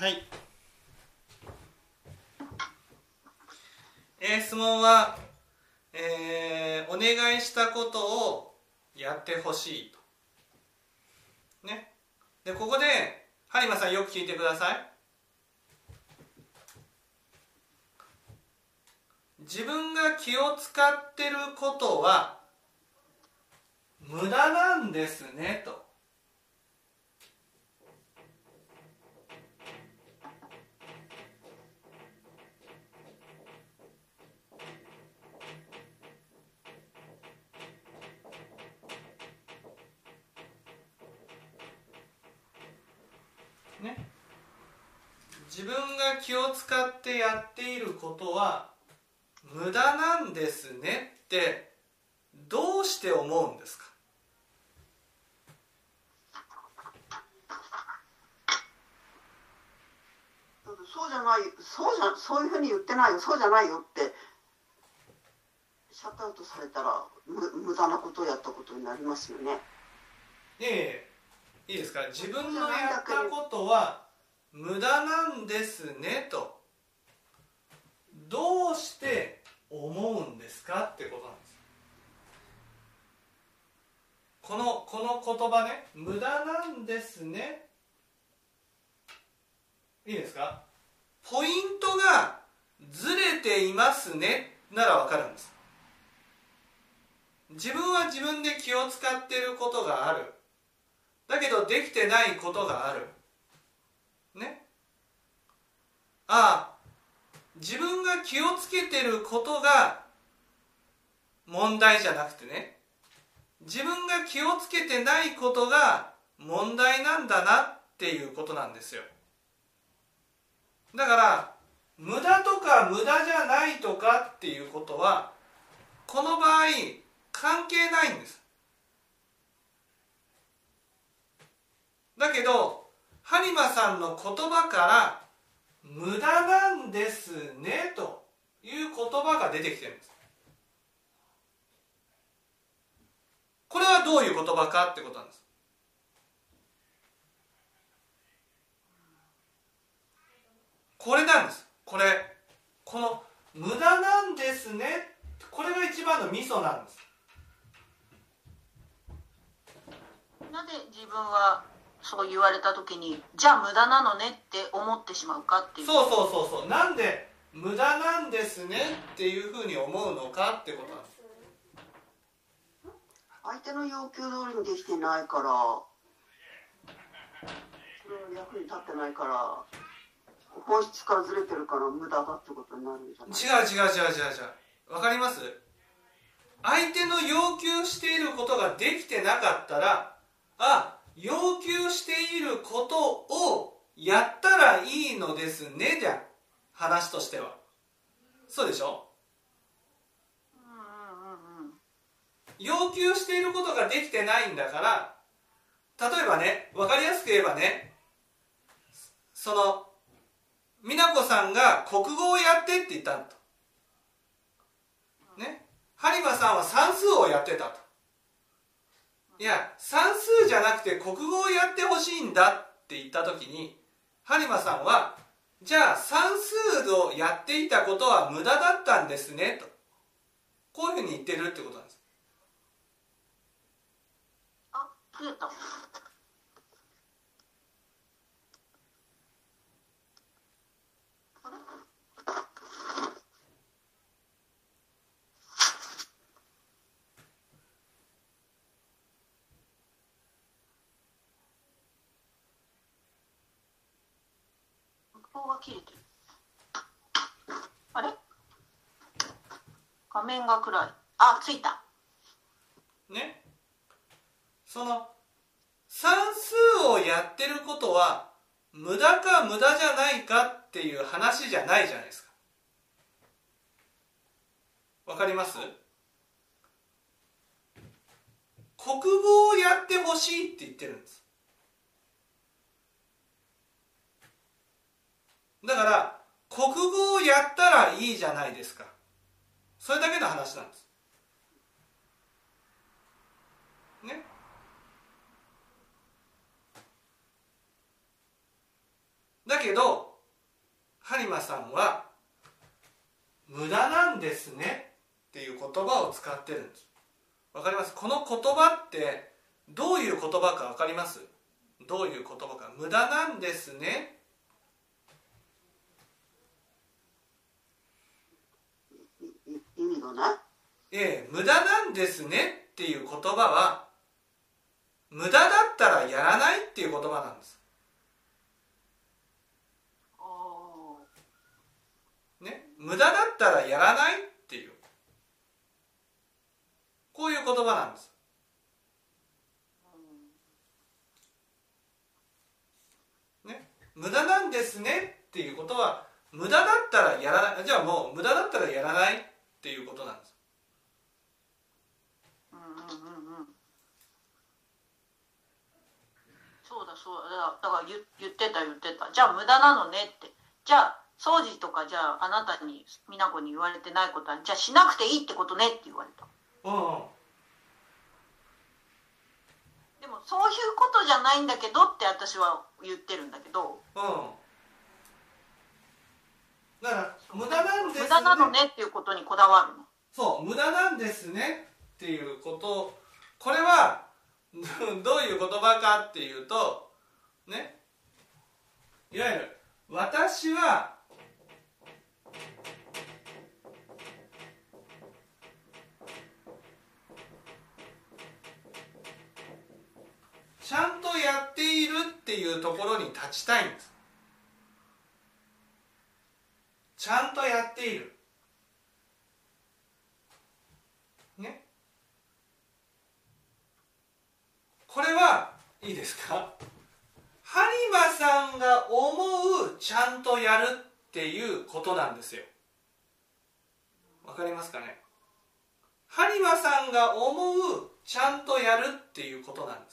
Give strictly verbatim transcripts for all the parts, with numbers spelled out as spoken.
はい、えー、質問は、えー、お願いしたことをやってほしいとね。でここで播磨さんよく聞いてください。自分が気を使ってることは無駄なんですねと。ね、自分が気を使ってやっていることは無駄なんですねってどうして思うんですか？ そうじゃない、そうじゃ、そういうふうに言ってないよ、そうじゃないよってシャットアウトされたらむ無駄なことをやったことになりますよね。 いえいえ、いいですか。自分のやったことは無駄なんですねとどうして思うんですかってことなんです。このこの言葉ね、無駄なんですね、いいですか。ポイントがずれていますねならわかるんです。自分は自分で気を使っていることがある、だけどできてないことがあるね。ああ、自分が気をつけてることが問題じゃなくてね、自分が気をつけてないことが問題なんだなっていうことなんですよ。だから無駄とか無駄じゃないとかっていうことはこの場合関係ないんです。だけど播磨さんの言葉から無駄なんですねという言葉が出てきてるんです。これはどういう言葉かってことなんです。これなんです。これこの無駄なんですね、これが一番のミソなんです。 なぜ自分はそう言われた時にじゃあ無駄なのねって思ってしまうかっていう。 そうそうそうそう、なんで無駄なんですねっていうふうに思うのかってことなんです。 相手の要求通りにできてないから、それは役に立ってないから、本質からずれてるから無駄だってことになるんじゃない？ 違う違う違う違う違う。わかります？相手の要求していることができてなかったら、あ、要求していることをやったらいいのですねじゃ話としては。そうでしょ？要求していることができてないんだから、例えばね、分かりやすく言えばね、その美奈子さんが国語をやってって言ったとね、播磨さんは算数をやってたと。いや、算数じゃなくて国語をやってほしいんだって言った時に、播磨さんはじゃあ算数をやっていたことは無駄だったんですねと、こういうふうに言ってるってことなんです。 あ、増えた。が切れてる。あれ？画面が暗い。あ、ついた。 ね。その算数をやってることは無駄か無駄じゃないかっていう話じゃないじゃないですか。わかります？国語をやってほしいって言ってるんです。だから国語をやったらいいじゃないですか。それだけの話なんですね。 だけど播磨さんは無駄なんですねっていう言葉を使ってるんです。わかります？この言葉ってどういう言葉かわかります？どういう言葉か。無駄なんですね。 意味がない。 ええ、無駄なんですねっていう言葉は無駄だったらやらないっていう言葉なんです。ね、無駄だったらやらないっていう、こういう言葉なんです。ね、無駄なんですねっていうことは無駄だったらやらない、じゃあもう無駄だったらやらないっていうことなんです。 うんうんうんうん。そうだそうだ、だから言言ってた言ってた。じゃあ無駄なのねって。じゃあ掃除とかじゃああなたに美奈子に言われてないことはじゃあしなくていいってことねって言われた。 うんうん。 でもそういうことじゃないんだけどって私は言ってるんだけど。 うん。だから無駄なんですね。 無駄なのねっていうことにこだわるの。 そう無駄なんですねっていうこと、これはどういう言葉かっていうとね、いわゆる私はちゃんとやっているっていうところに立ちたいんです。ちゃんとやっているね。これはいいですか？播磨さんが思うちゃんとやるっていうことなんですよ。わかりますかね？播磨さんが思うちゃんとやるっていうことなんです。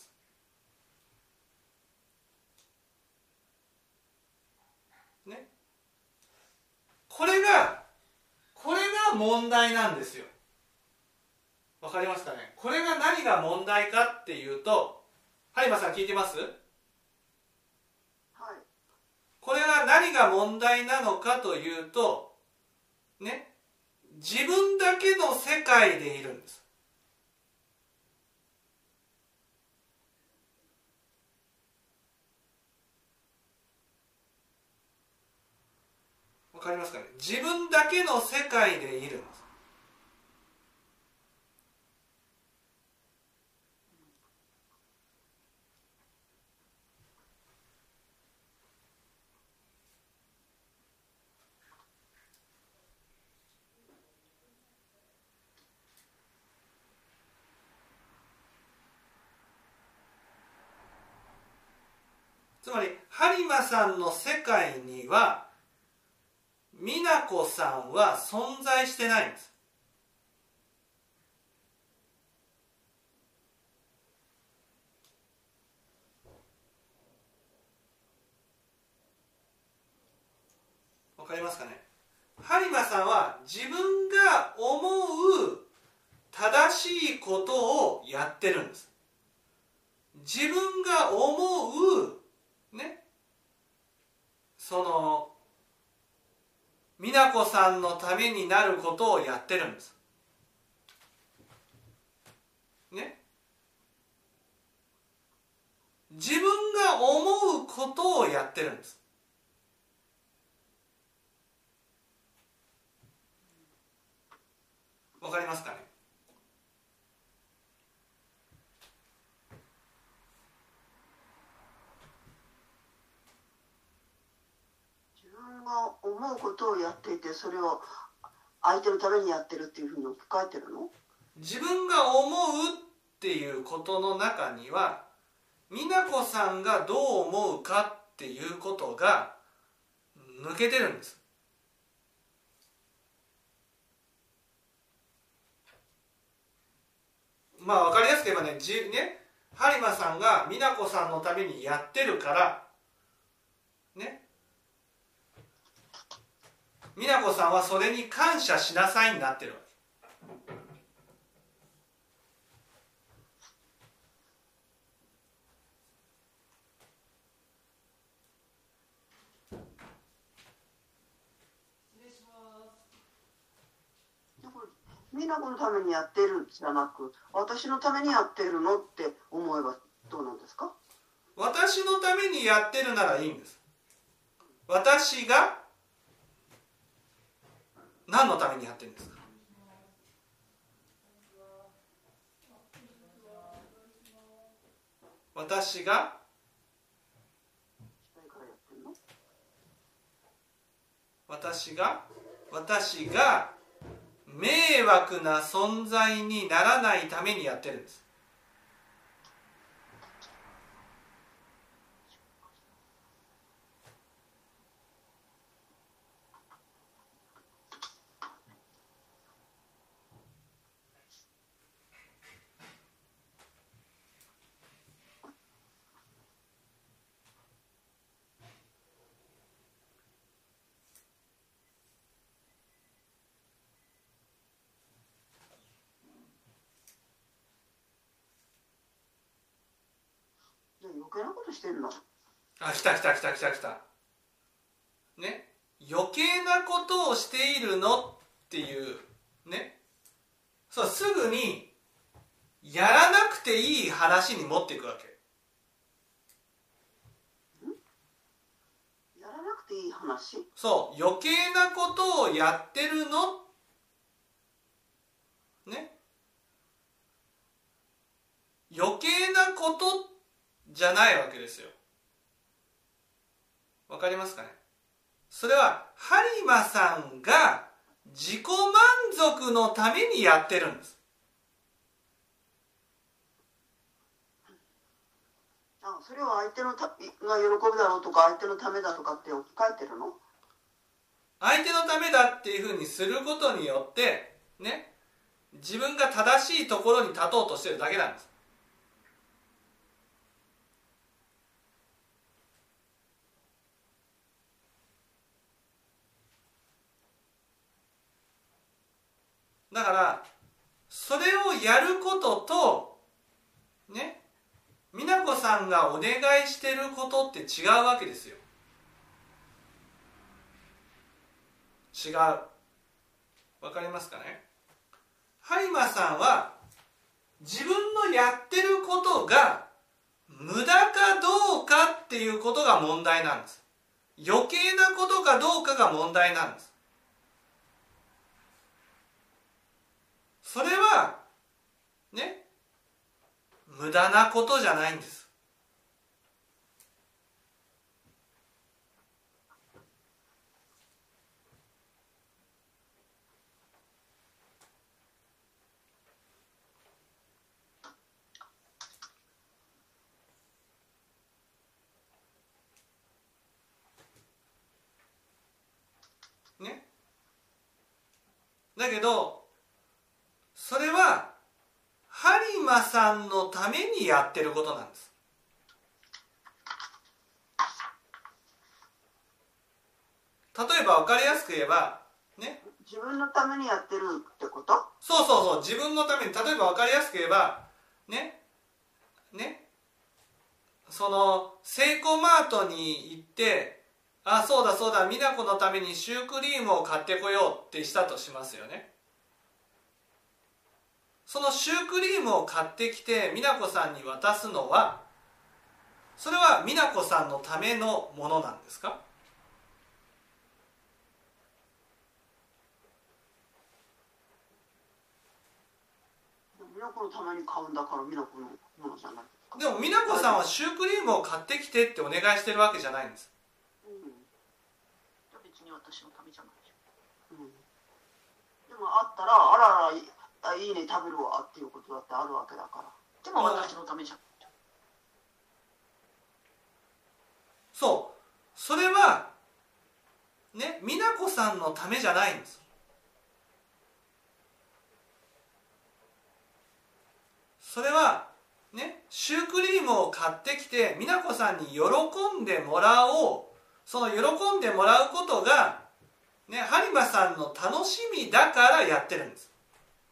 ね、これがこれが問題なんですよ。わかりますかね？これが何が問題かっていうと、播磨さん聞いてます？ はい。 これが何が問題なのかというとね、自分だけの世界でいるんです。わかりますかね？自分だけの世界でいるんです。つまり播磨さんの世界には美奈子さんは存在してないんです。わかりますかね？播磨さんは自分が思う正しいことをやってるんです。自分が思うね、その美奈子さんのためになることをやってるんですね。自分が思うことをやってるんです。わかりますかね？ 自分が思うことをやっていて、それを相手のためにやってるっていうふうに置き換えてるの？ 自分が思うっていうことの中には美奈子さんがどう思うかっていうことが抜けてるんです。まあ分かりやすく言えばね、じね、播磨さんが美奈子さんのためにやってるからね、美奈子さんはそれに感謝しなさいになってるわけ。 みな子のためにやってるんじゃなく、私のためにやってるのって思えばどうなんですか？ 私のためにやってるならいいんです。私が何のためにやってるんですか？私が私が私が迷惑な存在にならないためにやってるんです。 余計なことしてんの？ あ、来た来た来た来た来た。ね、余計なことをしているのっていうね、そうすぐにやらなくていい話に持っていくわけ。 やらなくていい話？ そう、余計なことをやってるのね、余計なことじゃないわけですよ。わかりますかね？それは播磨さんが自己満足のためにやってるんです。 あ、それは相手のたが喜ぶだろうとか相手のためだとかって置き換えてるの？ 相手のためだっていうふうにすることによってね、自分が正しいところに立とうとしてるだけなんです。だからそれをやることとね、美奈子さんがお願いしてることって違うわけですよ。違う。わかりますかね？播磨さんは自分のやってることが無駄かどうかっていうことが問題なんです。余計なことかどうかが問題なんです。それはね、無駄なことじゃないんです。ね。だけどそれは播磨さんのためにやってることなんです。例えば分かりやすく言えばね、 自分のためにやってるってこと？ そうそうそう、自分のために。例えば分かりやすく言えばねね、そのセイコーマートに行って、あ、そうだそうだ、美奈子のためにシュークリームを買ってこようってしたとしますよね。そのシュークリームを買ってきて美奈子さんに渡すのは、それは美奈子さんのためのものなんですか？ 美奈子のために買うんだから美奈子のものじゃないですか。 でも美奈子さんはシュークリームを買ってきてってお願いしてるわけじゃないんです。 うん、 別に私のためじゃないでしょ。 うん、でもあったら、あららいあいいね食べるわっていうことだってあるわけだから。 でも私のためじゃん。 そう、それはね、美奈子さんのためじゃないんです。それはね、シュークリームを買ってきて美奈子さんに喜んでもらおう、その喜んでもらうことがね、播磨さんの楽しみだからやってるんです。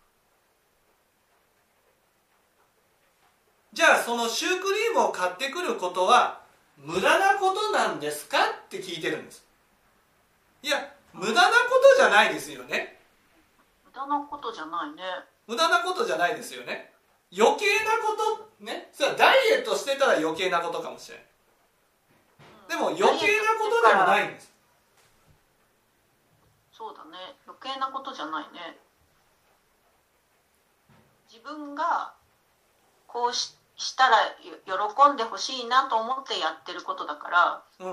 じゃあそのシュークリームを買ってくることは無駄なことなんですかって聞いてるんです。いや、無駄なことじゃないですよね。 無駄なことじゃないね。 無駄なことじゃないですよね。余計なことね、それはダイエットしてたら余計なことかもしれない。でも余計なことでもないんです。 そうだね、余計なことじゃないね。自分がこう し, したら喜んでほしいなと思ってやってることだから、 うん、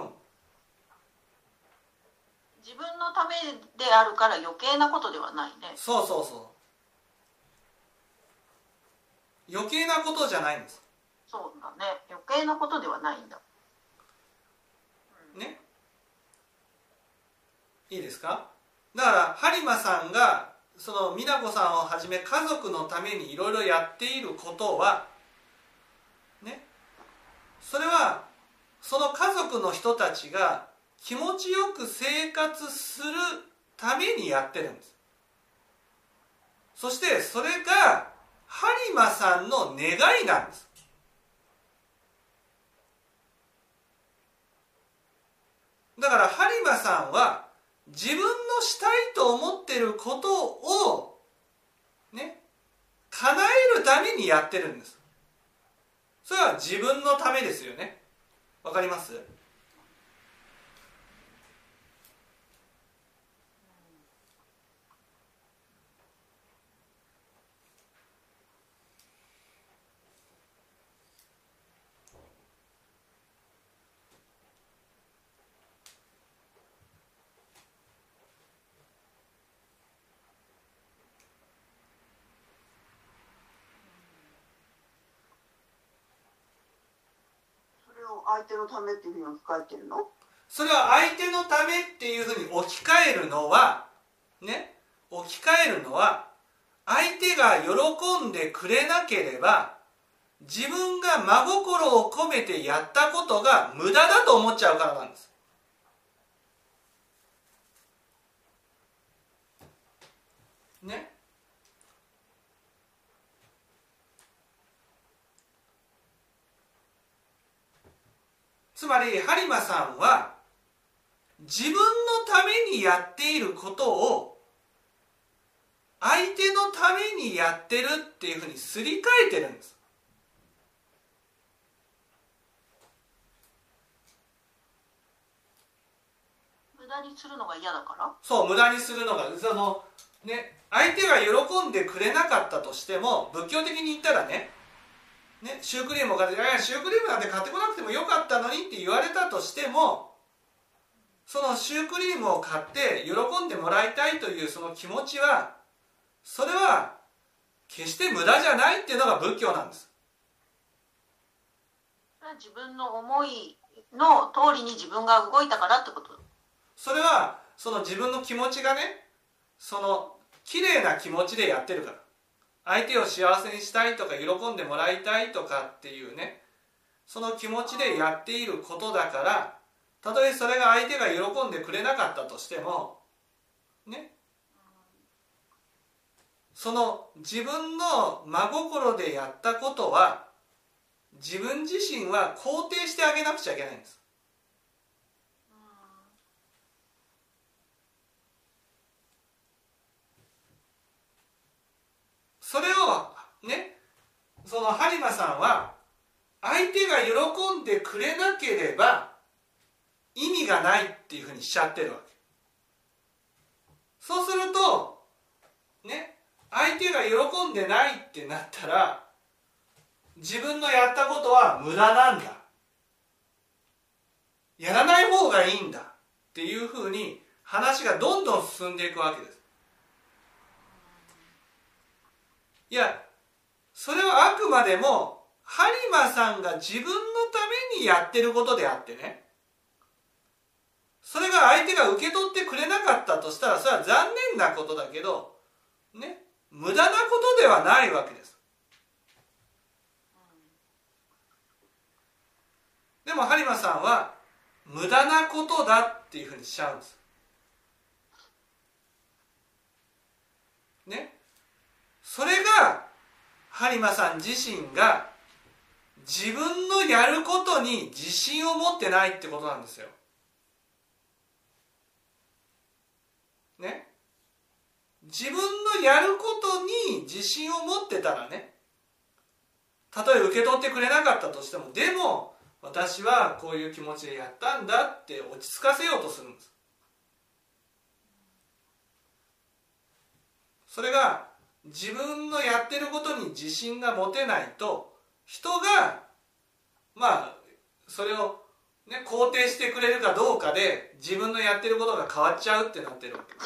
自分のためであるから余計なことではないね。 そうそうそう、余計なことじゃないんです。 そうだね、余計なことではないんだ、 うん、ね、いいですか。だから播磨さんがその美奈子さんをはじめ家族のためにいろいろやっていることはね、それはその家族の人たちが気持ちよく生活するためにやってるんです。そしてそれが播磨さんの願いなんです。だから播磨さんは自分のしたいと思っていることをね、叶えるためにやってるんです。それは自分のためですよね。わかります？ 相手のためっていうふうに置き換えてるの？ それは相手のためっていうふうに置き換えるのはね、置き換えるのは相手が喜んでくれなければ自分が真心を込めてやったことが無駄だと思っちゃうからなんです。ね。つまり播磨さんは自分のためにやっていることを相手のためにやってるっていうふうにすり替えてるんです。 無駄にするのが嫌だから？ そう、無駄にするのがそのね、相手が喜んでくれなかったとしても、仏教的に言ったらね、ね、シュークリームを買って、いやシュークリームなんて買ってこなくてもよかったのにって言われたとしても、そのシュークリームを買って喜んでもらいたいというその気持ちは、それは決して無駄じゃないっていうのが仏教なんです。 自分の思いの通りに自分が動いたからってこと？ それはその自分の気持ちがね、その綺麗な気持ちでやってるから。相手を幸せにしたいとか喜んでもらいたいとかっていうね、その気持ちでやっていることだから、たとえそれが相手が喜んでくれなかったとしてもね、その自分の真心でやったことは自分自身は肯定してあげなくちゃいけないんです。それをね、その播磨さんは相手が喜んでくれなければ意味がないっていうふうにしちゃってるわけ。そうするとね、相手が喜んでないってなったら自分のやったことは無駄なんだ、やらない方がいいんだっていうふうに話がどんどん進んでいくわけです。いや、それはあくまでも播磨さんが自分のためにやってることであってね、それが相手が受け取ってくれなかったとしたらそれは残念なことだけどね、無駄なことではないわけです。でも播磨さんは無駄なことだっていうふうにしちゃうんですね。それが播磨さん自身が自分のやることに自信を持ってないってことなんですよ。ね、 自分のやることに自信を持ってたらね、たとえ受け取ってくれなかったとしても、でも私はこういう気持ちでやったんだって落ち着かせようとするんです。それが自分のやってることに自信が持てないと、人がまあそれを、ね、肯定してくれるかどうかで自分のやってることが変わっちゃうってなってるわけです。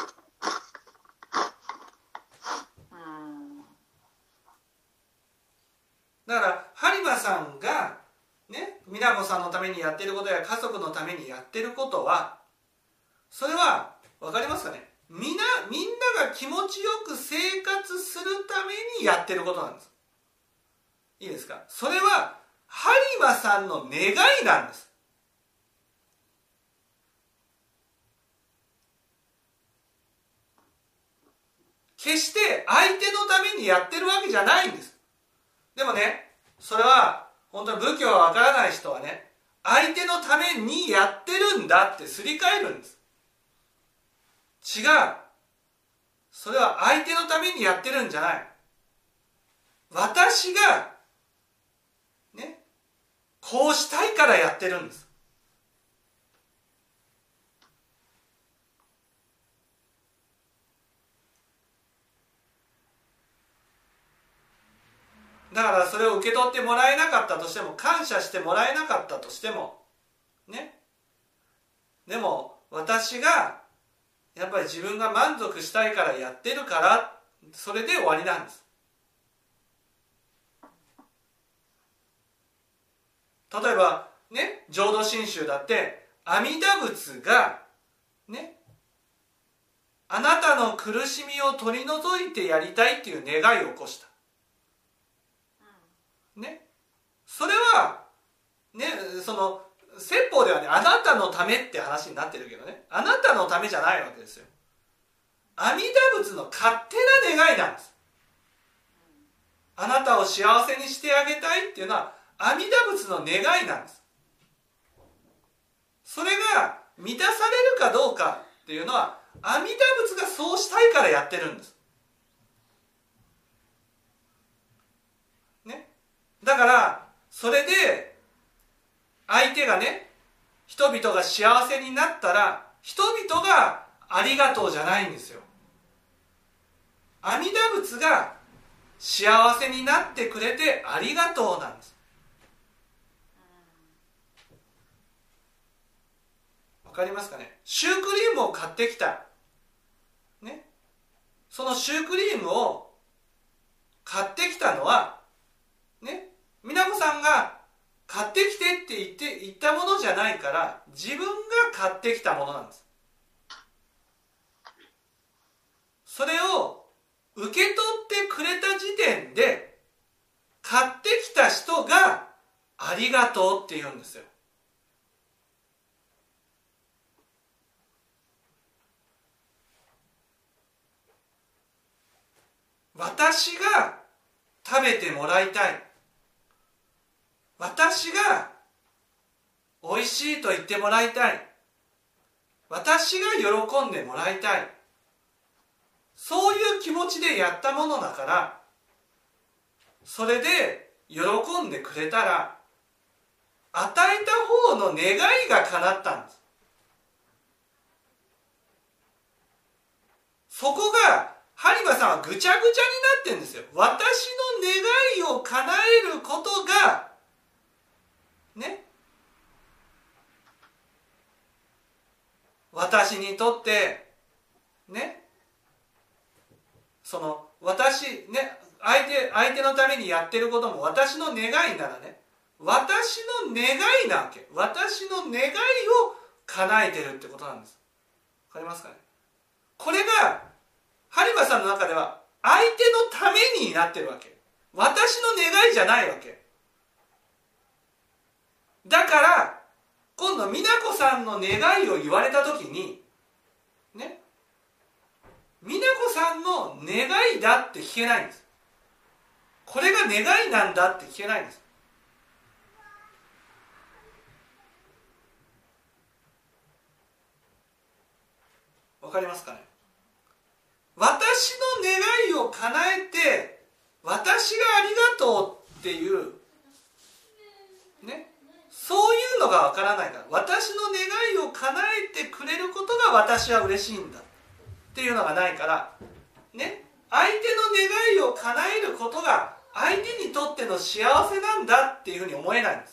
だから播磨さんがね、美奈子さんのためにやってることや家族のためにやってることは、それは分かりますかね、みんなみんなが気持ちよく生活するためにやってることなんです。いいですか。それは播磨さんの願いなんです。決して相手のためにやってるわけじゃないんです。でもね、それは本当に仏教がわからない人はね、相手のためにやってるんだってすり替えるんです。違う。それは相手のためにやってるんじゃない。私がね、こうしたいからやってるんです。だからそれを受け取ってもらえなかったとしても、感謝してもらえなかったとしてもね、でも私がやっぱり自分が満足したいからやってるから、それで終わりなんです。例えばね、浄土真宗だって阿弥陀仏がね、あなたの苦しみを取り除いてやりたいっていう願いを起こしたね。それはね、その説法ではね、あなたのためって話になってるけどね、あなたのためじゃないわけですよ。阿弥陀仏の勝手な願いなんです。あなたを幸せにしてあげたいっていうのは阿弥陀仏の願いなんです。それが満たされるかどうかっていうのは阿弥陀仏がそうしたいからやってるんですね。だからそれで相手がね、人々が幸せになったら人々がありがとうじゃないんですよ。阿弥陀仏が幸せになってくれてありがとうなんです。わかりますかね。シュークリームを買ってきたね、そのシュークリームを買ってきたのはね、美奈子さんが買ってきてって言って言ったものじゃないから、自分が買ってきたものなんです。それを受け取ってくれた時点で買ってきた人がありがとうって言うんですよ。私が食べてもらいたい、私がおいしいと言ってもらいたい、私が喜んでもらいたい、そういう気持ちでやったものだから、それで喜んでくれたら与えた方の願いが叶ったんです。そこが播磨さんはぐちゃぐちゃになってるんですよ。私の願いを叶えることがね、私にとってね、その私ね、相手相手のためにやってることも私の願いならね、私の願いなわけ。私の願いを叶えてるってことなんです。わかりますかね。これが播磨さんの中では相手のためになってるわけ。私の願いじゃないわけ。だから今度美奈子さんの願いを言われた時にね、美奈子さんの願いだって聞けないんです。これが願いなんだって聞けないんです。わかりますかね。私叶えて私がありがとうっていうね、そういうのがわからないから、私の願いを叶えてくれることが私は嬉しいんだっていうのがないからね、相手の願いを叶えることが相手にとっての幸せなんだっていうふうに思えないんです。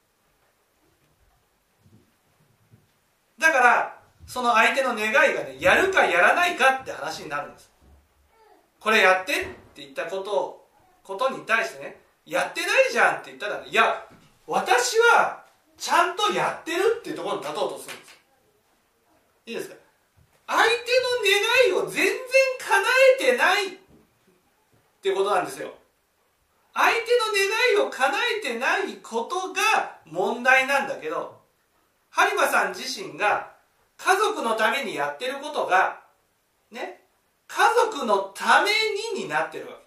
だからその相手の願いがね、やるかやらないかって話になるんです。これやってって言ったことをことに対してね、やってないじゃんって言ったら、ね、いや私はちゃんとやってるっていうところに立とうとするんです。いいですか。相手の願いを全然叶えてないっていうことなんですよ。相手の願いを叶えてないことが問題なんだけど、播磨さん自身が家族のためにやってることがね、家族のためにになってるわけ。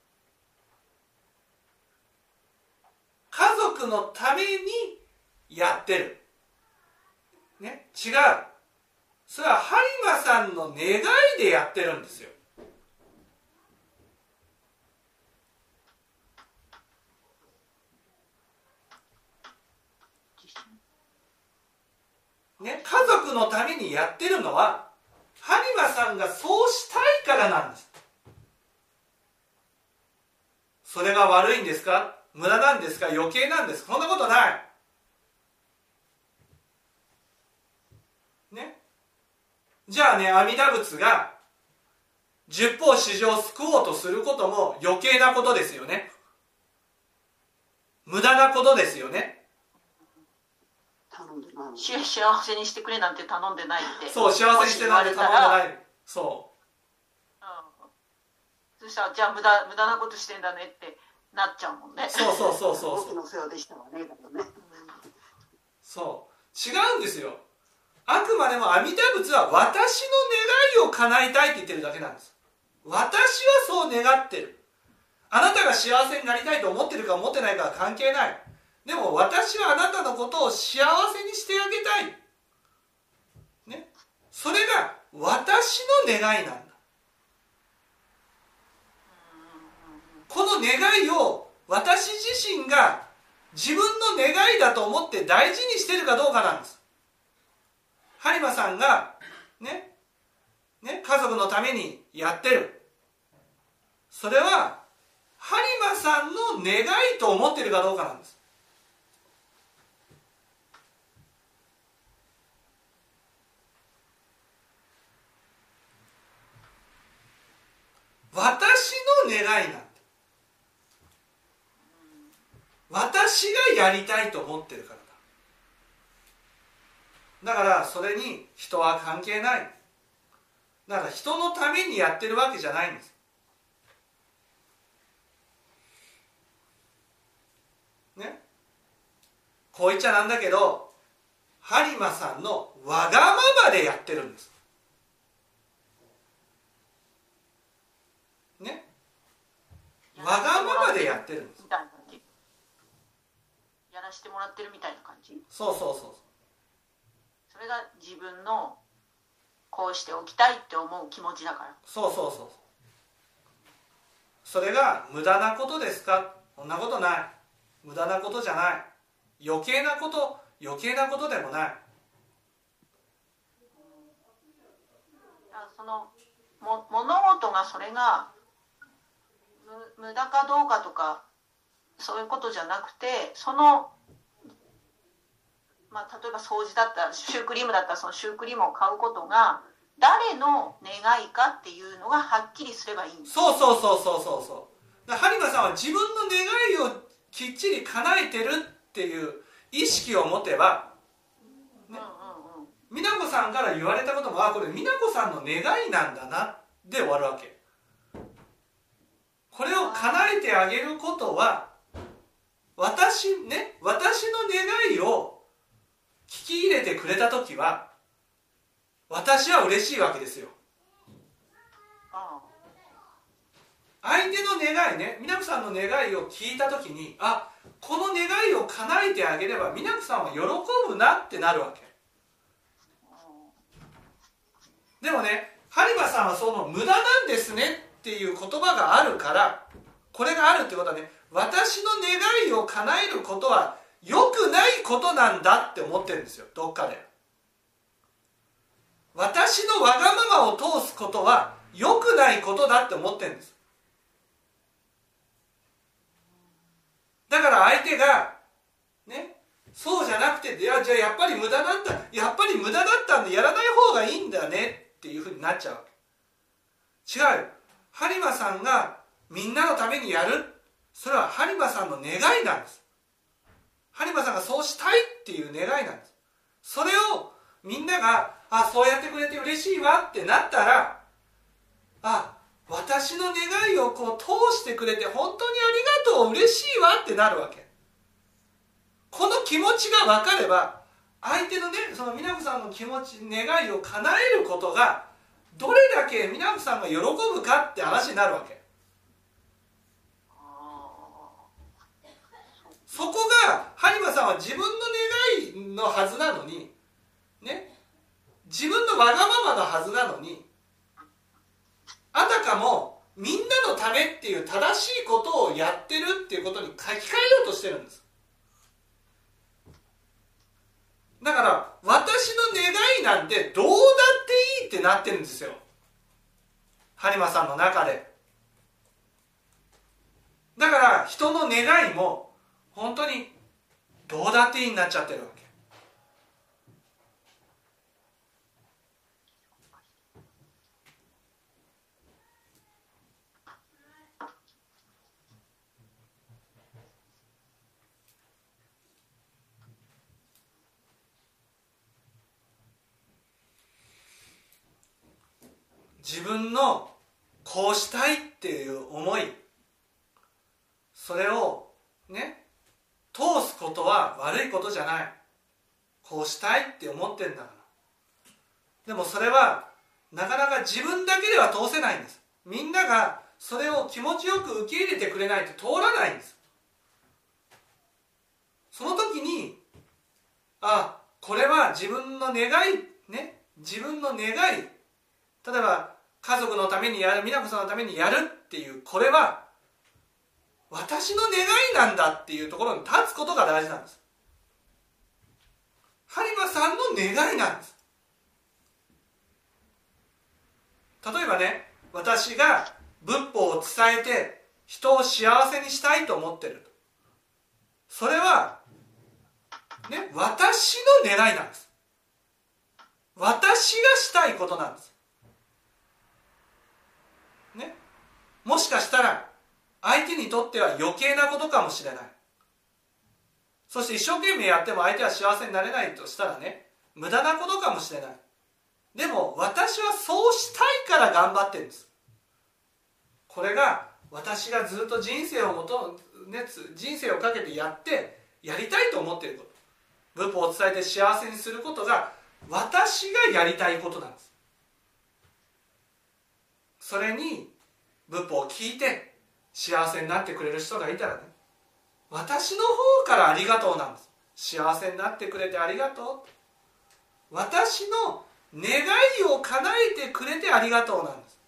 家族のためにやってる、ね、違う。それは播磨さんの願いでやってるんですよ。ね、家族のためにやってるのは播磨さんがそうしたいからなんです。それが悪いんですか、無駄なんですか、余計なんですか、そんなことないね。じゃあね、阿弥陀仏が十方四常を救おうとすることも余計なことですよね。無駄なことですよね。 頼んでない。 幸せにしてくれなんて頼んでないって。 そう、幸せにしてなんて頼んでない。そう、 うん、そしたらじゃあ無駄無駄なことしてんだねってなっちゃうもんね。 そうそうそうそうそう。 僕の世話でしたわね、だけどね。 そう違うんですよ。あくまでも阿弥陀仏は私の願いを叶えたいって言ってるだけなんです。私はそう願ってる。あなたが幸せになりたいと思ってるか思ってないかは関係ない。でも私はあなたのことを幸せにしてあげたい、ね、それが私の願いなんだ。この願いを私自身が自分の願いだと思って大事にしてるかどうかなんです。播磨さんがね、ね、家族のためにやってる、それは播磨さんの願いと思ってるかどうかなんです。私の願いなんだ。私がやりたいと思ってるからだ。だからそれに人は関係ない。だから人のためにやってるわけじゃないんです。ね、こう言っちゃなんだけど、播磨さんのわがままでやってるんです。ね、わがままでやってるんです。 みたいな感じ。やらしてもらってるみたいな感じ。 そうそうそう。 それが自分のこうしておきたいって思う気持ちだから。 そうそうそう。それが無駄なことですか？そんなことない。無駄なことじゃない。余計なこと、余計なことでもない。 そのも物事がそれが無無駄かどうかとかそういうことじゃなくて、その、まあ、例えば掃除だったらシュークリームだったらそのシュークリームを買うことが誰の願いかっていうのがはっきりすればいいんです。 そうそうそうそうそうそう。だから播磨さんは自分の願いをきっちり叶えてるっていう意識を持てば、ね、うんうんうん、美奈子さんから言われたことも、あ、これ美奈子さんの願いなんだなで終わるわけ。これを叶えてあげることは私ね、私の願いを聞き入れてくれたときは私は嬉しいわけですよ。相手の願いね、美奈子さんの願いを聞いたときに、あ、この願いを叶えてあげれば美奈子さんは喜ぶなってなるわけ。でもね、播磨さんはその無駄なんですねっていう言葉があるから、これがあるってことはね、私の願いを叶えることは良くないことなんだって思ってるんですよ、どっかで。私のわがままを通すことは良くないことだって思ってるんです。だから相手がね、そうじゃなくて、いやじゃあやっぱり無駄だったやっぱり無駄だったんでやらない方がいいんだねっていうふうになっちゃうわけ。違うよ。播磨さんがみんなのためにやる、それは播磨さんの願いなんです。播磨さんがそうしたいっていう願いなんです。それをみんなが、あ、そうやってくれて嬉しいわってなったら、あ、私の願いをこう通してくれて本当にありがとう、嬉しいわってなるわけ。この気持ちが分かれば、相手のね、その美奈子さんの気持ち、願いを叶えることがどれだけ美奈子さんが喜ぶかって話になるわけ。そこが播磨さんは自分の願いのはずなのにね、自分のわがままのはずなのに、あたかもみんなのためっていう正しいことをやってるっていうことに書き換えようとしてるんです。だから私の願いなんてどうだっていいってなってるんですよ、播磨さんの中で。だから人の願いも本当にどうだっていいになっちゃってるわけ。自分のこうしたいっていう思い、それをね通すことは悪いことじゃない。こうしたいって思ってるんだから。でもそれはなかなか自分だけでは通せないんです。みんながそれを気持ちよく受け入れてくれないと通らないんです。その時に、あ、これは自分の願いね、自分の願い、例えば家族のためにやる、美奈子さんのためにやるっていう、これは私の願いなんだっていうところに立つことが大事なんです。播磨さんの願いなんです。例えばね、私が仏法を伝えて人を幸せにしたいと思ってると、それはね、私の願いなんです。私がしたいことなんです。ね、もしかしたら相手にとっては余計なことかもしれない。そして一生懸命やっても相手は幸せになれないとしたらね、無駄なことかもしれない。でも私はそうしたいから頑張ってるんです。これが私がずっと人生をもと、ね、人生をかけてやってやりたいと思っていること、仏法を伝えて幸せにすることが私がやりたいことなんです。それに仏法を聞いて幸せになってくれる人がいたらね、私の方からありがとうなんです。幸せになってくれてありがとう、私の願いを叶えてくれてありがとうなんです。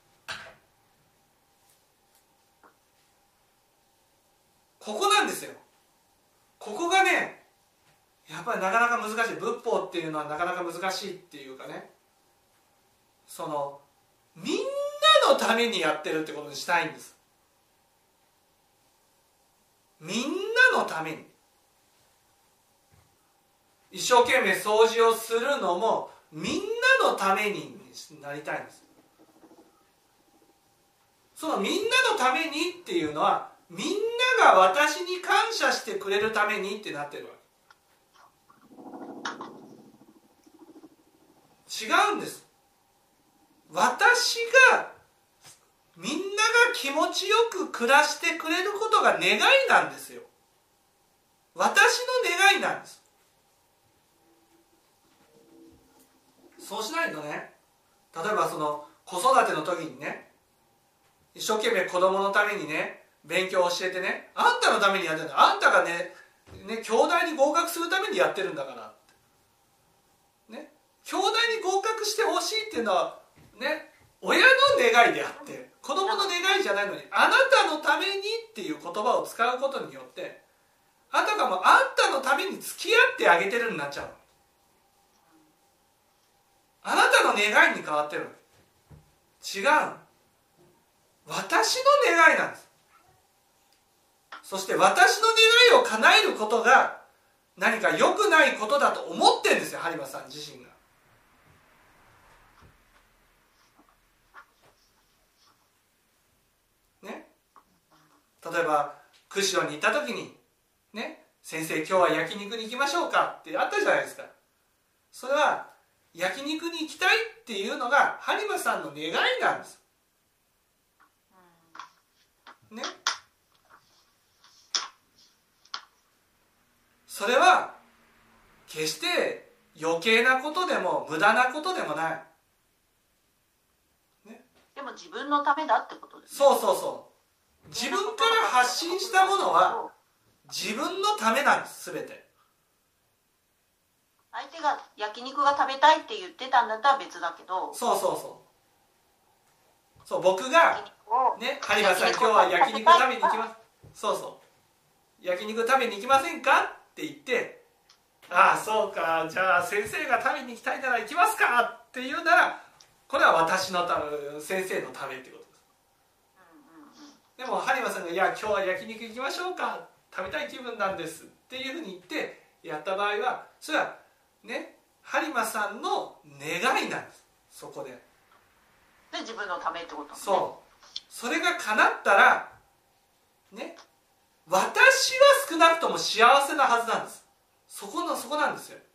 ここなんですよ。ここがね、やっぱりなかなか難しい。仏法っていうのはなかなか難しいっていうかね、そのみんなのためにやってるってことにしたいんです。みんなのために一生懸命掃除をするのもみんなのためになりたいんです。そのみんなのためにっていうのは、みんなが私に感謝してくれるためにってなってるわけ。違うんです。私がみんなが気持ちよく暮らしてくれることが願いなんですよ。私の願いなんです。そうしないとね、例えばその子育ての時にね、一生懸命子供のためにね勉強を教えてね、あんたのためにやってるんだ、あんたがねね兄弟に合格するためにやってるんだからってね、兄弟に合格してほしいっていうのはね、親の願いであって子供の願いじゃないのにあなたのためにっていう言葉を使うことによってあたかもあんたのために付き合ってあげてるになっちゃう。あなたの願いに変わってる。違う、私の願いなんです。そして私の願いを叶えることが何か良くないことだと思ってるんですよ、播磨さん自身が。ね、例えば釧路に行った時にね、先生今日は焼肉に行きましょうかってあったじゃないですか。それは焼肉に行きたいっていうのが播磨さんの願いなんです。ね、それは決して余計なことでも無駄なことでもない、ね、 でも自分のためだってことですね。 そうそうそう、自分から発信したものは自分のためなんです、全て。 相手が焼肉が食べたいって言ってたんだったら別だけど、 そうそうそうそう、僕がね、播磨さん今日は焼肉食べに行きます、そうそう焼肉食べに行きませんかって言って、ああそうか、じゃあ先生が食べに行きたいなら行きますかって言うなら、これは私のため、先生のためってことです。でも播磨さんがいや今日は焼肉行きましょうか、食べたい気分なんですっていうふうに言ってやった場合は、それはね、播磨さんの願いなんです。そこでで自分のためってこと、ね、 そうそれが叶ったらね、私は少なくとも幸せなはずなんです。そこのそこなんですよ、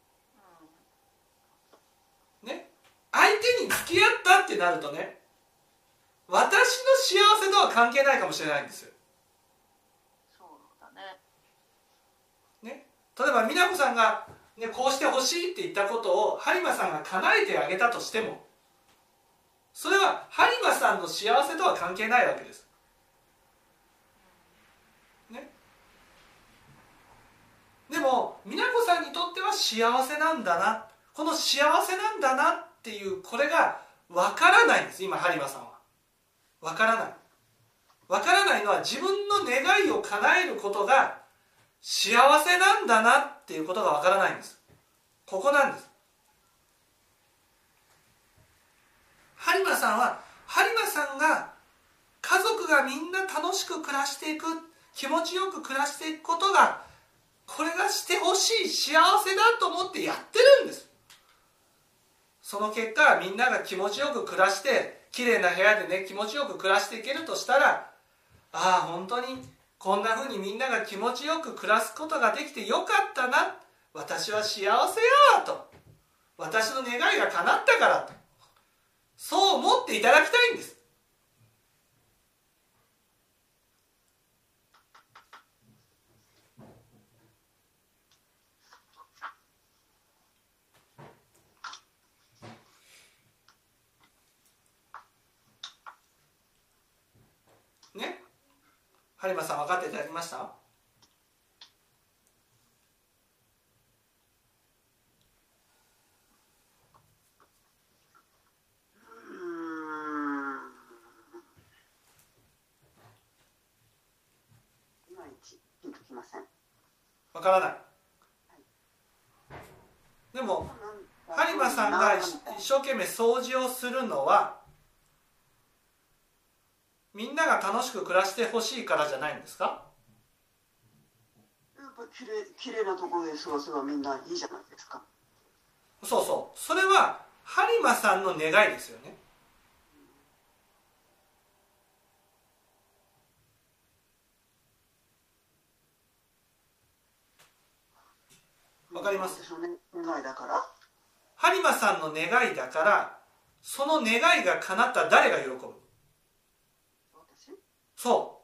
ね、相手に付き合ったってなるとね、私の幸せとは関係ないかもしれないんですよ。 そうだね。 ね、例えば美奈子さんが、ね、こうしてほしいって言ったことを播磨さんが叶えてあげたとしても、それは播磨さんの幸せとは関係ないわけです、ね、でも美奈子さんにとっては幸せなんだな、この幸せなんだなっていう、これが分からないんです。今播磨さんは分からない。分からないのは自分の願いを叶えることが幸せなんだなっていうことが分からないんです。ここなんです。播磨さんは播磨さんが家族がみんな楽しく暮らしていく、気持ちよく暮らしていくことが、これがしてほしい幸せだと思ってやってるんです。その結果みんなが気持ちよく暮らして、綺麗な部屋でね気持ちよく暮らしていけるとしたら、ああ本当にこんな風にみんなが気持ちよく暮らすことができてよかったな、私は幸せやと、私の願いが叶ったからと、そう思っていただきたいんです。ね、播磨さん分かっていただきました？分からない。でも播磨さんが一生懸命掃除をするのはみんなが楽しく暮らしてほしいからじゃないんですか？ やっぱきれい、きれいなところで過ごせばみんないいじゃないですか。 そうそう、それは播磨さんの願いですよね。わかります？ 願いだから。 播磨さんの願いだから、その願いが叶ったら誰が喜ぶ？ 私？ そう。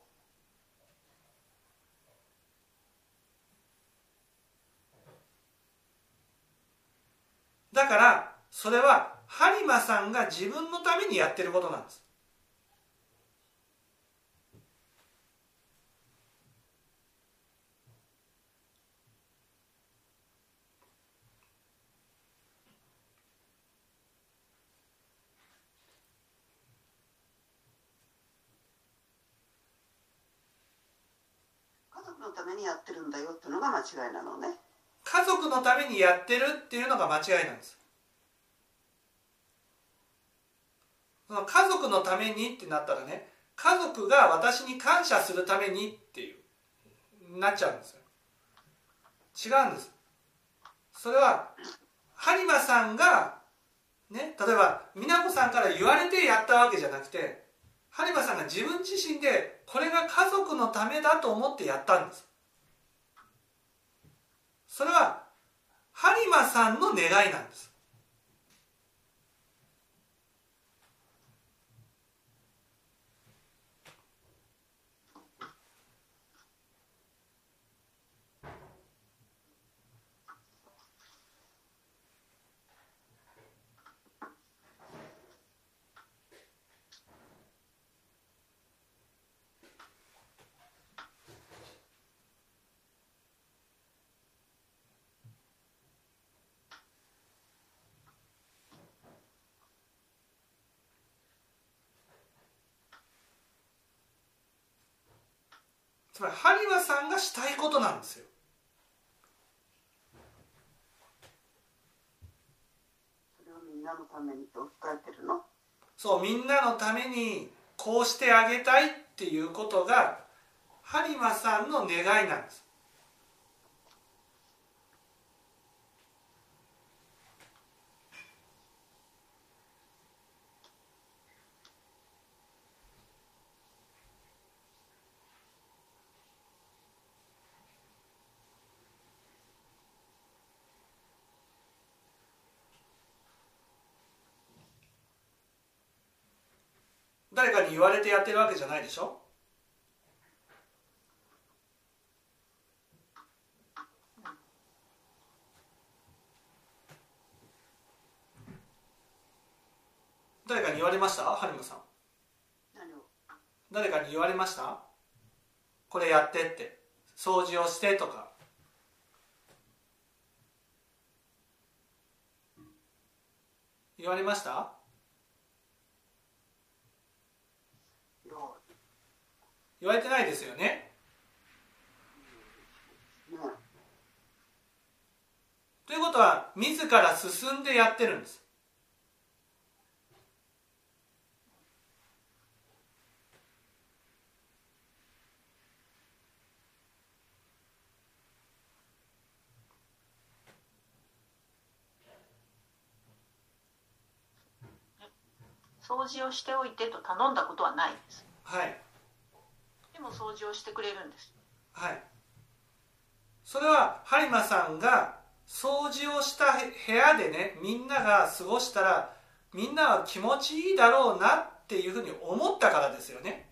だからそれは播磨さんが自分のためにやってることなんです。 ためにやってるんだよっていうのが間違いなのね。 家族のためにやってるっていうのが間違いなんです。その家族のためにってなったらね、家族が私に感謝するためにっていうなっちゃうんですよ。違うんです。それは播磨さんがね、例えば美奈子さんから言われてやったわけじゃなくて、播磨さんが自分自身でこれが家族のためだと思ってやったんです。それは播磨さんの願いなんです。つまり播磨さんがしたいことなんですよ。 それをみんなのためにって置き換えてるの？ そう、みんなのためにこうしてあげたいっていうことが播磨さんの願いなんです。誰かに言われてやってるわけじゃないでしょ。誰かに言われました？播磨さん。 何を？ 誰かに言われました？これやってって、掃除をしてとか。言われました？言われてないですよね。 うん、 ということは自ら進んでやってるんです。 掃除をしておいてと頼んだことはないです。 はい。 でも掃除をしてくれるんです。 はい。それは播磨さんが掃除をした部屋でね、みんなが過ごしたらみんなは気持ちいいだろうなっていうふうに思ったからですよね。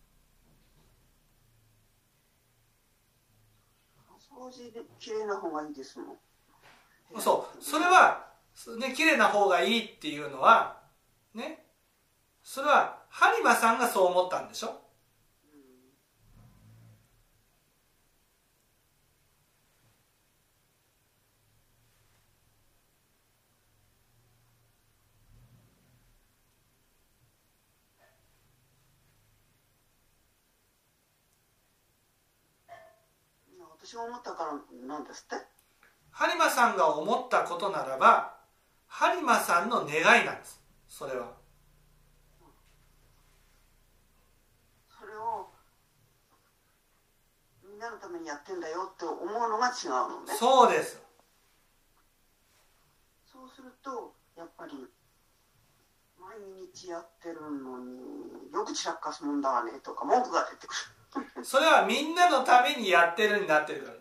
掃除できれいな方がいいですもん。 そう、それはね、きれいな方がいいっていうのはね、それは播磨さんがそう思ったんでしょ。 私も思ったからなんですって。 播磨さんが思ったことならば播磨さんの願いなんです。それはそれをみんなのためにやってんだよって思うのが違うのね。 そうです。 そうするとやっぱり毎日やってるのによく散らかすもんだわねとか文句が出てくる。 それはみんなのためにやってるになってるからです。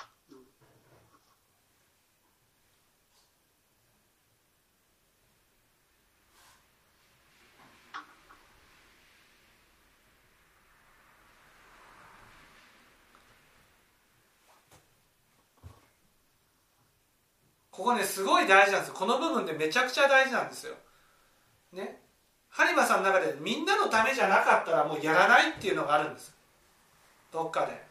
ここねすごい大事なんですよ。この部分でめちゃくちゃ大事なんですよ。ね、播磨さんの中でみんなのためじゃなかったらもうやらないっていうのがあるんです。どっかで。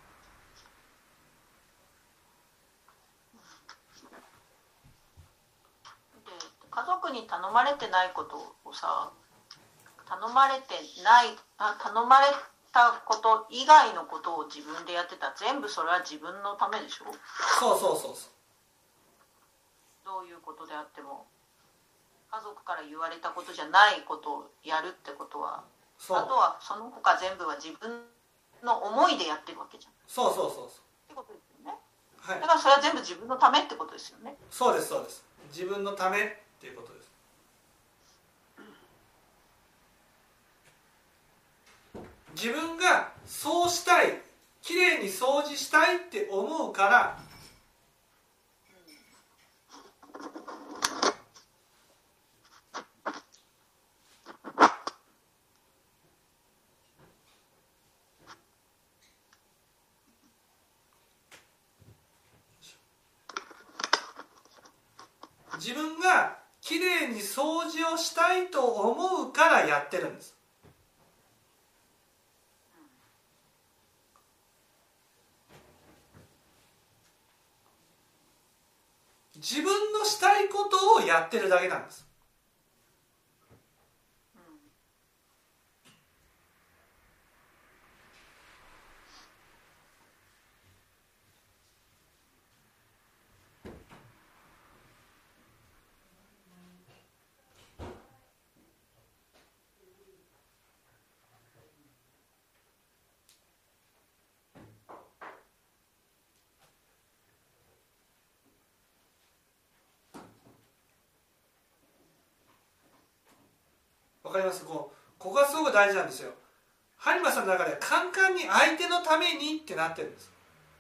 家族に頼まれてないことをさ、頼まれてないあ頼まれしたこと以外のことを自分でやってたら全部それは自分のためでしょ。 そうそうそうそう。 どういうことであっても家族から言われたことじゃないことをやるってことは、 そうあとはその他全部は自分の思いでやってるわけじゃん。 そうそうそうそう。 ってことですよね。 はいだからそれは全部自分のためってことですよね。 そうですそうです。自分のためっていうことです。自分がそうしたい、きれいに掃除したいって思うから、自分がきれいに掃除をしたいと思うからやってるんです。自分のしたいことをやってるだけなんです。わかります？こうここがすごく大事なんですよ。播磨さんの中でカンカンに相手のためにってなってるんです。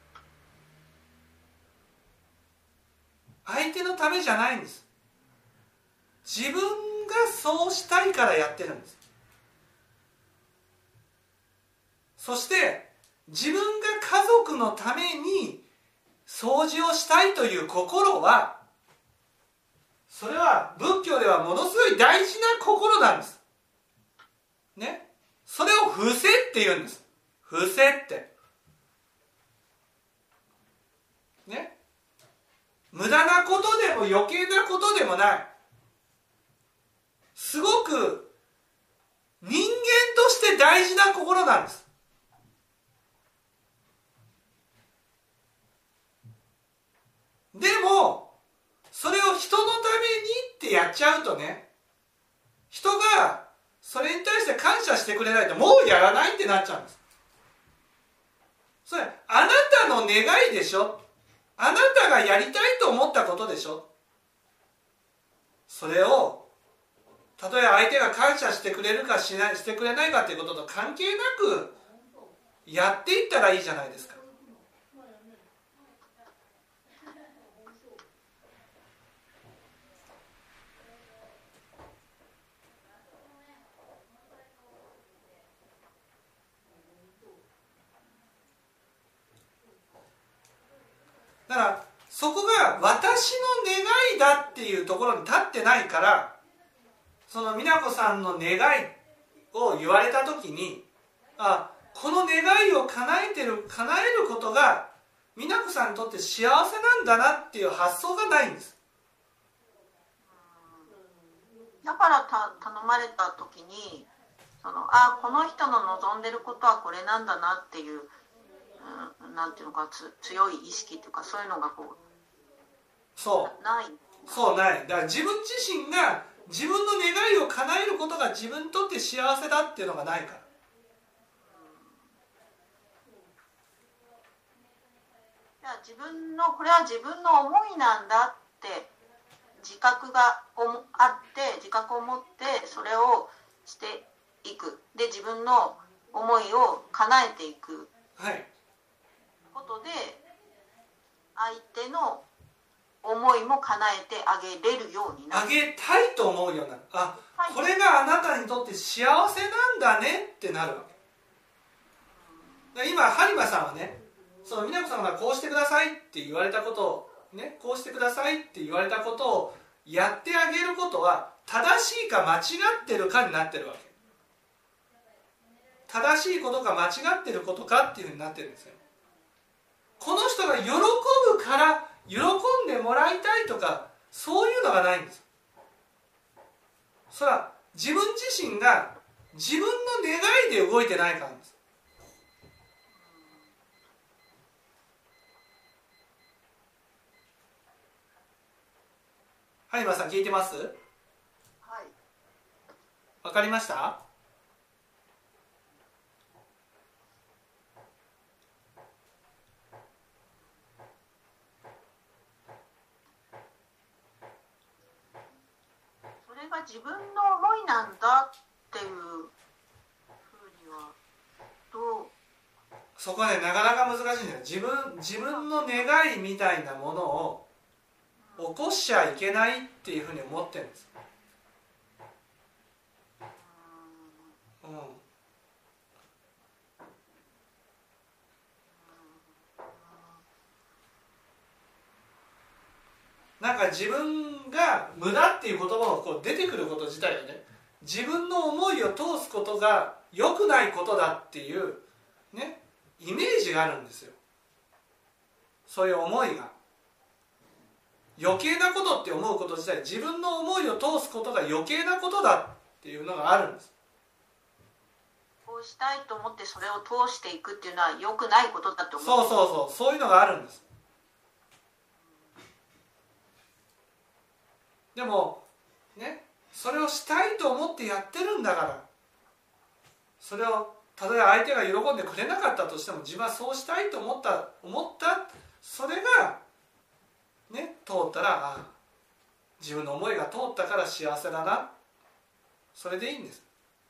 相手のためじゃないんです。自分がそうしたいからやってるんです。そして自分が家族のために掃除をしたいという心は、それは仏教ではものすごい大事な心なんですね。それを伏せって言うんです。伏せってね。無駄なことでも余計なことでもない、すごく人間として大事な心なんです。でもそれを人のためにってやっちゃうとね、人がそれに対して感謝してくれないともうやらないってなっちゃうんです。それあなたの願いでしょ。あなたがやりたいと思ったことでしょ。それをたとえ相手が感謝してくれるかしないしてくれないかっていうことと関係なくやっていったらいいじゃないですか。だからそこが私の願いだっていうところに立ってないから、その美奈子さんの願いを言われた時に、あ、この願いを叶えてる叶えることが美奈子さんにとって幸せなんだなっていう発想がないんです。 だからた頼まれた時に、そのあこの人の望んでることはこれなんだなっていう、うん、なんていうのかつ強い意識というかそういうのがこうそうないそうない。だから自分自身が自分の願いを叶えることが自分にとって幸せだっていうのがないから。 じゃあ自分のこれは自分の思いなんだって自覚があって自覚を持ってそれをしていく。で自分の思いを叶えていくことで、相手の思いも叶えてあげれるようになる。 あげたいと思うようになる。あ、はい、これがあなたにとって幸せなんだねってなるわけ。今播磨さんはね、その美奈子さんがこうしてくださいって言われたことをね、こうしてくださいって言われたことをやってあげることは正しいか間違ってるかになってるわけ。正しいことか間違ってることかっていうふうになってるんですよ。この人が喜ぶから喜んでもらいたいとかそういうのがないんです。それは自分自身が自分の願いで動いてないからです。 有馬さん聞いてます？ はい。 わかりました？ それが自分の思いなんだっていうふうにはどう？ そこはね、なかなか難しいんだよ。自分自分の願いみたいなものを起こしちゃいけないっていうふうに思ってるんです。うん、なんか自分が無駄っていう言葉がこう出てくること自体がね、自分の思いを通すことが良くないことだっていうね、イメージがあるんですよ。そういう思いが余計なことって思うこと自体、自分の思いを通すことが余計なことだっていうのがあるんです。 こうしたいと思ってそれを通していくっていうのは良くないことだと思う。 そうそうそう、そういうのがあるんです。でもね、それをしたいと思ってやってるんだから、それをたとえ相手が喜んでくれなかったとしても、自分はそうしたいと思った思ったそれがね、通ったら、ああ自分の思いが通ったから幸せだな、それでいいんです。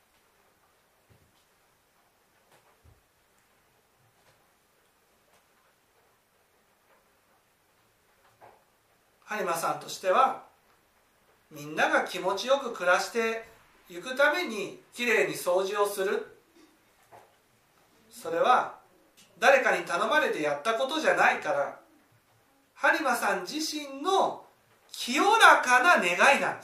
有馬さんとしては、みんなが気持ちよく暮らしていくためにきれいに掃除をする、それは誰かに頼まれてやったことじゃないから、有馬さん自身の清らかな願いなんです。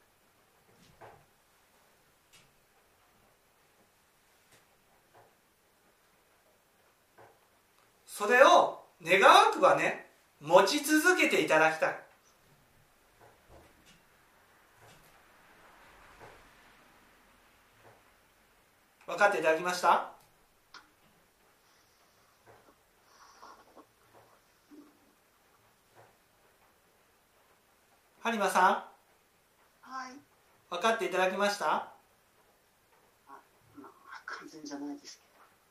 それを願わくばね、持ち続けていただきたい。分かっていただきました？有馬さん、 はい。 分かっていただきました？ あ、まあ、完全じゃないですけ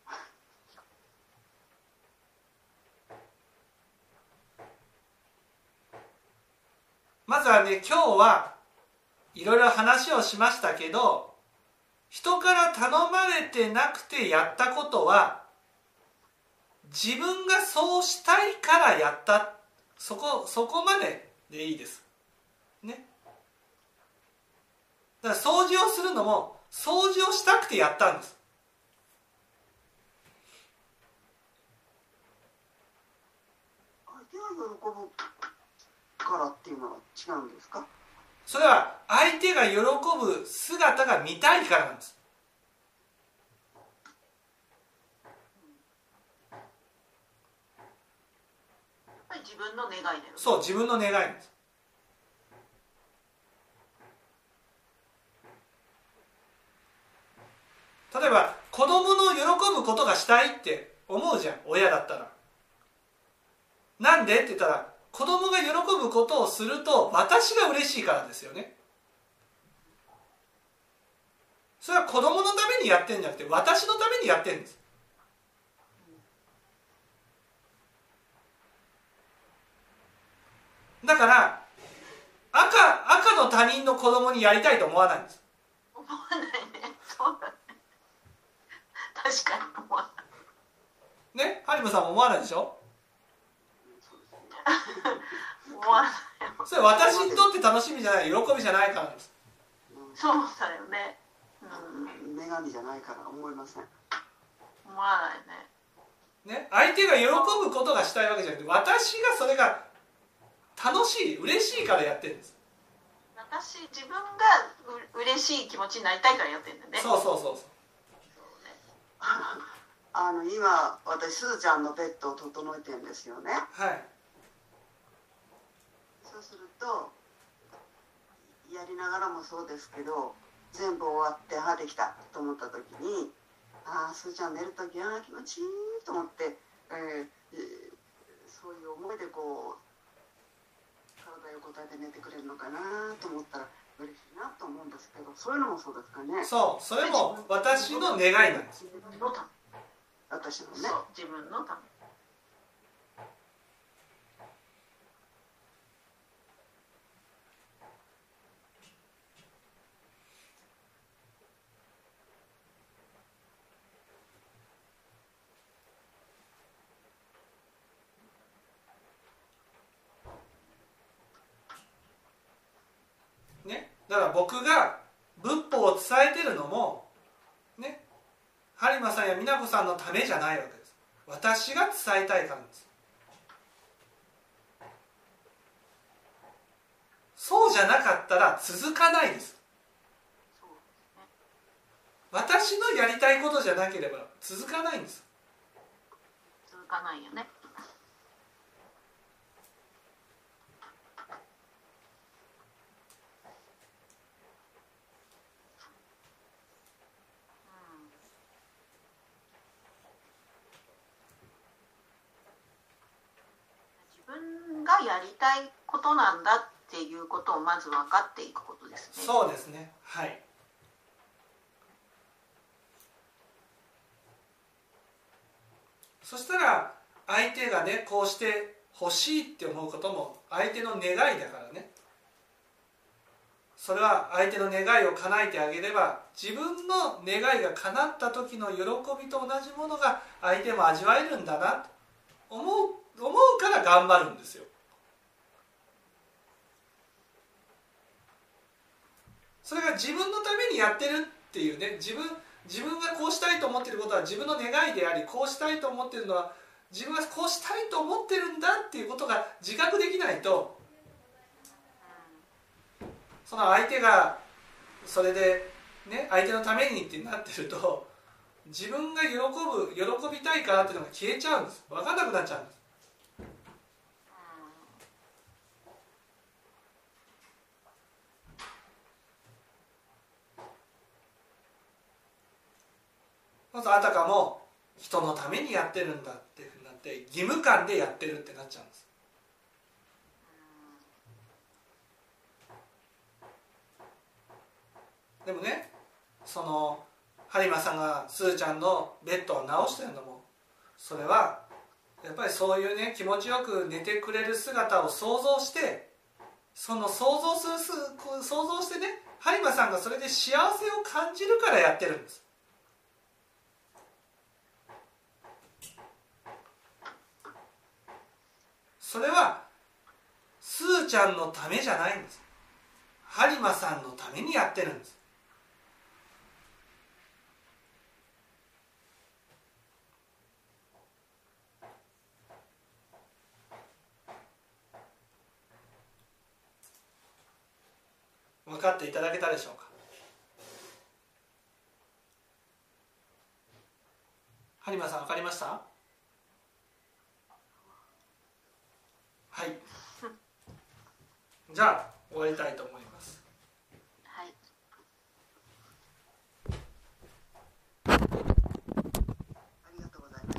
まずはね、今日はいろいろ話をしましたけど、人から頼まれてなくてやったことは、自分がそうしたいからやった、そこ、そこまででいいですね。だから掃除をするのも掃除をしたくてやったんです。 ど、相手が喜ぶからっていうのは違うんですか？ それは相手が喜ぶ姿が見たいからなんです。 自分の願いだよね。 そう、自分の願いです。例えば子供の喜ぶことがしたいって思うじゃん、親だったら。なんでって言ったら、子供が喜ぶことをすると私が嬉しいからですよね。それは子供のためにやってるんじゃなくて、私のためにやってるんです。だから赤、赤の他人の子供にやりたいと思わないんです。 思わないね。そうだね。確かに思わないね、有馬さんも思わないでしょ。 思わない。 それ私にとって楽しみじゃない、喜びじゃないからです。 そうだよね。 うん、女神じゃないから思いません。 思わないね。 ね、相手が喜ぶことがしたいわけじゃなくて、私がそれが楽しい、嬉しいからやってるんです。 私、自分がう嬉しい気持ちになりたいからやってるんだよね。 そうそうそうそう。 あの今私すずちゃんのベッドを整えてるんですよね。 はい。 そうするとやりながらもそうですけど、全部終わってああできたと思った時に、ああすずちゃん寝る時ああ気持ちいいと思って、えーえー、そういう思いでこう体いう答えで寝てくれるのかなと思ったら嬉しいなと思うんですけど、そういうのもそうですかね。 そう、それも私の願いなんです。 自分のため、 私のね、 そう自分のため。 ね、だから僕が仏法を伝えてるのもね、播磨さんや美奈子さんのためじゃないわけです。私が伝えたいからです。そうじゃなかったら続かないです。私のやりたいことじゃなければ続かないんです。 続かないよね。自分がやりたいことなんだっていうことをまず分かっていくことですね。 そうですね、はい。そしたら相手がねこうして欲しいって思うことも相手の願いだからね、それは相手の願いを叶えてあげれば自分の願いが叶った時の喜びと同じものが相手も味わえるんだなと思う、思うから頑張るんですよ。それが自分のためにやってるっていうね、自分自分がこうしたいと思っていることは自分の願いであり、こうしたいと思っているのは自分がこうしたいと思ってるんだっていうことが自覚できないと、その相手がそれでね相手のためにってなってると、自分が喜ぶ喜びたいからっていうのが消えちゃうんです。分かんなくなっちゃうんです。まずあたかも人のためにやってるんだっていうふうになって義務感でやってるってなっちゃうんです。でもね、その播磨さんがすーちゃんのベッドを直してるのも、それはやっぱりそういうね気持ちよく寝てくれる姿を想像して、その想像する想像してね播磨さんがそれで幸せを感じるからやってるんです。それはすーちゃんのためじゃないんです。播磨さんのためにやってるんです。分かっていただけたでしょうか。播磨さん分かりました？はい。じゃあ終わりたいと思います。